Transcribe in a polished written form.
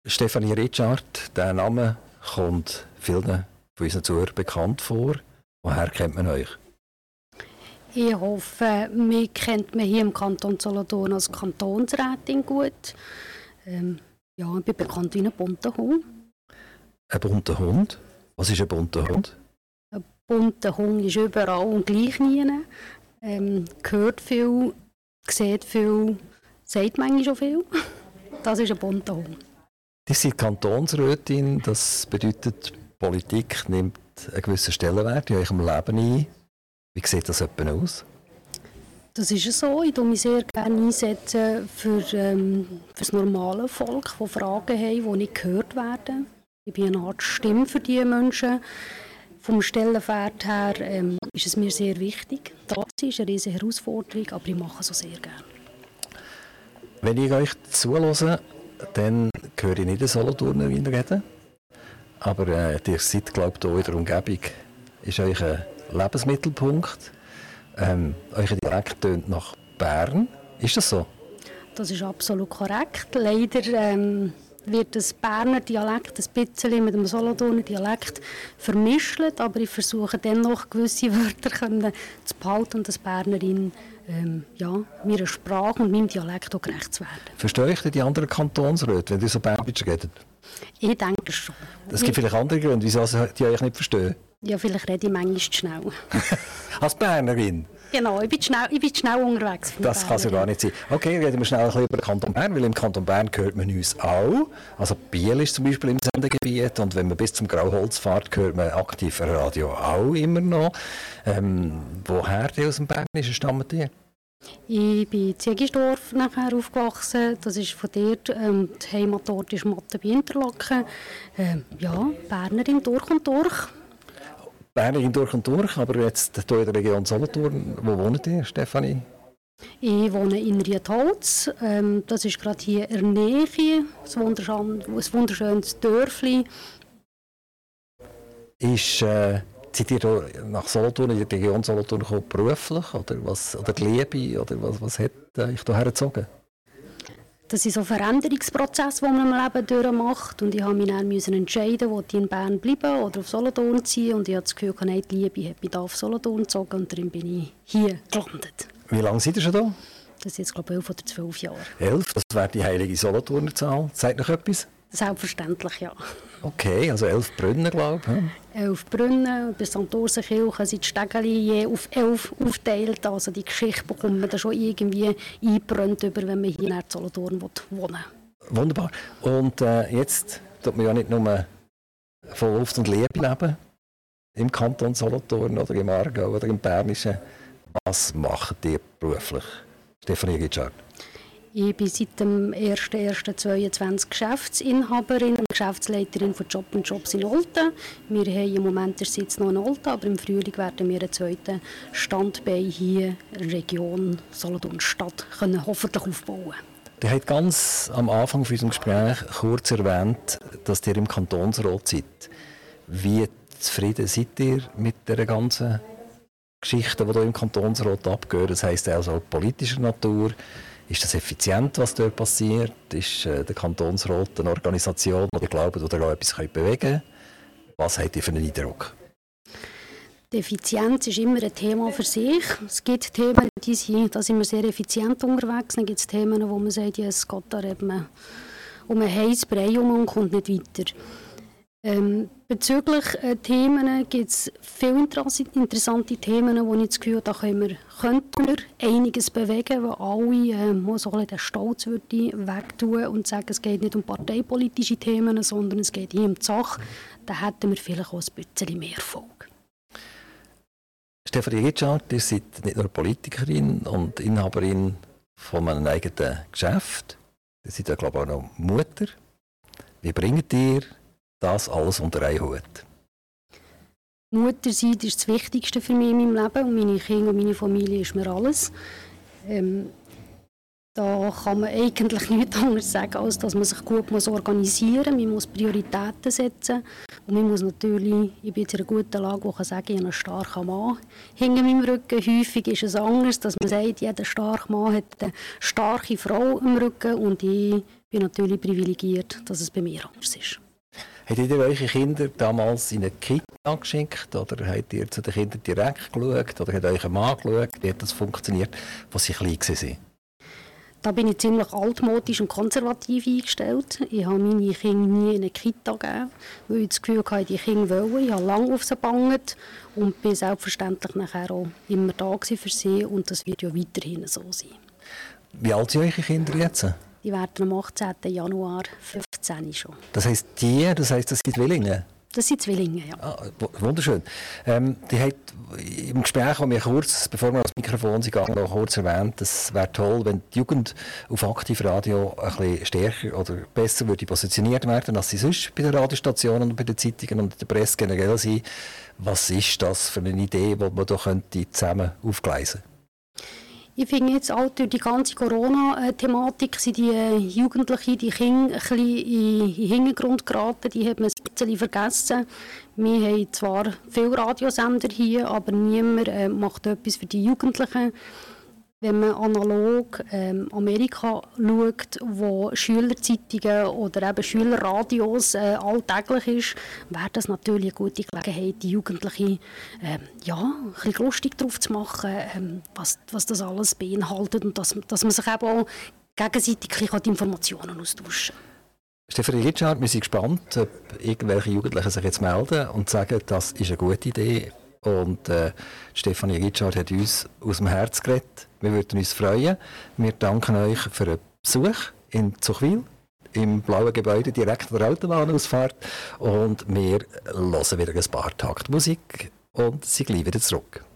Stefanie Ritschard, der Name kommt vielen von unseren Zuhörern bekannt vor. Woher kennt man euch? Ich hoffe, mich kennt man hier im Kanton Solothurn als Kantonsrätin gut. Ich bin bekannt wie ein bunter Hund. Ein bunter Hund? Was ist ein bunter Hund? Ein bunter Hund ist überall und gleich nie. Hört viel, sieht viel, sagt manchmal schon viel. Das ist ein bunter Hund. Die sind Kantonsrätin, das bedeutet, Politik nimmt einen gewissen Stellenwert in eurem Leben ein. Wie sieht das etwa aus? Das ist so. Ich setze mich sehr gerne einsetzen für das normale Volk, das Fragen haben, die nicht gehört werden. Ich bin eine Art Stimme für diese Menschen. Vom Stellenwert her ist es mir sehr wichtig. Das ist eine riesige Herausforderung, aber ich mache es auch sehr gerne. Wenn ich euch zuhöre, dann höre ich nicht eine Solothurnerin reden. Aber ihr seid, glaube ich, hier in der Umgebung ist euch ein Lebensmittelpunkt. Euer Dialekt tönt nach Bern. Ist das so? Das ist absolut korrekt. Leider wird das Berner Dialekt ein bisschen mit dem Solothurner Dialekt vermischt, aber ich versuche dennoch gewisse Wörter zu behalten und das Bernerin meiner Sprache und meinem Dialekt auch gerecht zu werden. Verstehe ich die anderen Kantonsräte, wenn die so Berndeutsch reden? Ich denke schon. Es gibt vielleicht andere Gründe, wieso die euch nicht verstehen. Ja, vielleicht rede ich manchmal zu schnell. Als Bernerin? Genau, ich bin schnell unterwegs. Das kann es ja gar nicht sein. Okay, reden wir schnell ein bisschen über den Kanton Bern, weil im Kanton Bern hört man uns auch. Also Biel ist zum Beispiel im Sendegebiet und wenn man bis zum Grauholz fährt, hört man aktiv Radio auch immer noch. Woher aus dem Bernischen stammt ihr? Ich bin in Ziegisdorf nachher aufgewachsen. Das ist von dort. Die Heimatort ist Matten bei Interlaken. Bernerin durch und durch. Bernerin durch und durch, aber jetzt hier in der Region Solothurn. Wo wohnt ihr, Stefanie? Ich wohne in Riedholz. Das ist gerade hier in der Nähe. Ein wunderschönes Dörfli. Seid ihr hier nach Solothurn, in die Region Solothurn gekommen, beruflich? Oder die Liebe? Oder was hat euch hierher gezogen? Das ist so ein Veränderungsprozess, den man im Leben durchmacht. Und ich musste mich dann entscheiden, ob ich in Bern bleiben oder auf Solothurn ziehen. Und ich hatte das Gefühl, nein, die Liebe hat mich da auf Solothurn gezogen und darum bin ich hier gelandet. Wie lange seid ihr schon da? Das ist jetzt, glaube ich, 11 oder 12 Jahre. 11, das wäre die heilige Solothurner Zahl. Sagt noch etwas? Selbstverständlich, ja. Okay, also 11 Brunnen, glaube ich. 11 Brunnen, bei St. Ursenkirche sind die Stegeli je auf 11 aufgeteilt. Also die Geschichte bekommt man da schon irgendwie eingebrannt, wenn man hier in Solothurn wohnen will. Wunderbar. Und jetzt tut man ja nicht nur von Luft und Liebe leben, im Kanton Solothurn oder im Aargau oder im Bernischen. Was macht ihr beruflich? Stefanie Ritschard. Ich bin seit dem 01.01.2022 Geschäftsinhaberin und Geschäftsleiterin von Job & Jobs in Olten. Wir haben im Moment den Sitz noch in Olten, aber im Frühling werden wir einen zweiten Standbein hier in der Region Solothurn-Stadt hoffentlich aufbauen. Ihr habt ganz am Anfang von unserem Gespräch kurz erwähnt, dass ihr im Kantonsrat seid. Wie zufrieden seid ihr mit der ganzen Geschichte, die hier im Kantonsrat abgehen? Das heisst also politischer Natur. Ist das effizient, was dort passiert? Ist der Kantonsrat eine Organisation, die glaubt, oder auch etwas bewegen kann? Was habt ihr für einen Eindruck? Die Effizienz ist immer ein Thema für sich. Es gibt Themen, da sind wir sehr effizient unterwegs. Dann gibt es Themen, wo man sagt, ja, es geht da eben um ein heißes Brei und kommt nicht weiter. Bezüglich Themen gibt es viele interessante Themen, wo ich das Gefühl habe, könnten wir einiges bewegen, wo alle mal so ein bisschen den Stolz wegtun und sagen, es geht nicht um parteipolitische Themen, sondern es geht hier um die Sache. Da hätten wir vielleicht auch ein bisschen mehr Erfolg. Stefanie Ritschard, ihr seid nicht nur Politikerin und Inhaberin von einem eigenen Geschäft. Ihr seid ja, glaube ich, auch noch Mutter. Wie bringt ihr das alles unter einen Hut? Mutter sein ist das Wichtigste für mich in meinem Leben und meine Kinder und meine Familie ist mir alles. Da kann man eigentlich nichts anderes sagen, als dass man sich gut organisieren muss. Man muss Prioritäten setzen. Und man muss natürlich, ich bin jetzt in einer guten Lage, wo ich sagen kann, ich habe einen starken Mann hinter meinem Rücken. Häufig ist es anders, dass man sagt, jeder starke Mann hat eine starke Frau im Rücken. Und ich bin natürlich privilegiert, dass es bei mir anders ist. Habt ihr eure Kinder damals in eine Kita geschickt? Oder habt ihr zu den Kindern direkt geschaut? Oder hat euer Mann geschaut? Wie hat das funktioniert, als sie klein waren? Da bin ich ziemlich altmodisch und konservativ eingestellt. Ich habe meine Kinder nie in eine Kita gegeben, weil ich das Gefühl hatte, die Kinder wollen. Ich habe lange auf sie gebangt und bin selbstverständlich nachher auch immer da für sie. Und das wird ja weiterhin so sein. Wie alt sind eure Kinder jetzt? Die werden am 18. Januar 15 schon. Das heisst, das sind Zwillinge? Das sind Zwillinge, ja. Ah, wunderschön. Die hat im Gespräch, das wir kurz, bevor wir ans Mikrofon gegangen sind, noch kurz erwähnt, es wäre toll, wenn die Jugend auf Aktivradio ein bisschen stärker oder besser würde positioniert werden, als sie sonst bei den Radiostationen und bei den Zeitungen und der Presse generell sind. Was ist das für eine Idee, die man da zusammen aufgleisen könnte? Ich finde jetzt auch durch die ganze Corona-Thematik sind die Jugendlichen, die Kinder ein bisschen in den Hintergrund geraten. Die hat man ein bisschen vergessen. Wir haben zwar viele Radiosender hier, aber niemand macht etwas für die Jugendlichen. Wenn man analog Amerika schaut, wo Schülerzeitungen oder eben Schülerradios alltäglich ist, wäre das natürlich eine gute Gelegenheit, die Jugendlichen ein bisschen lustig darauf zu machen, was das alles beinhaltet und dass man sich eben auch gegenseitig die Informationen austauschen kann. Stefanie Ritschard, wir sind gespannt, ob irgendwelche Jugendlichen sich jetzt melden und sagen, das ist eine gute Idee. Und Stefanie Ritschard hat uns aus dem Herz geredet. Wir würden uns freuen. Wir danken euch für den Besuch in Zuchwil, im blauen Gebäude direkt an der Autobahnausfahrt. Und wir hören wieder ein paar Takte Musik und sind gleich wieder zurück.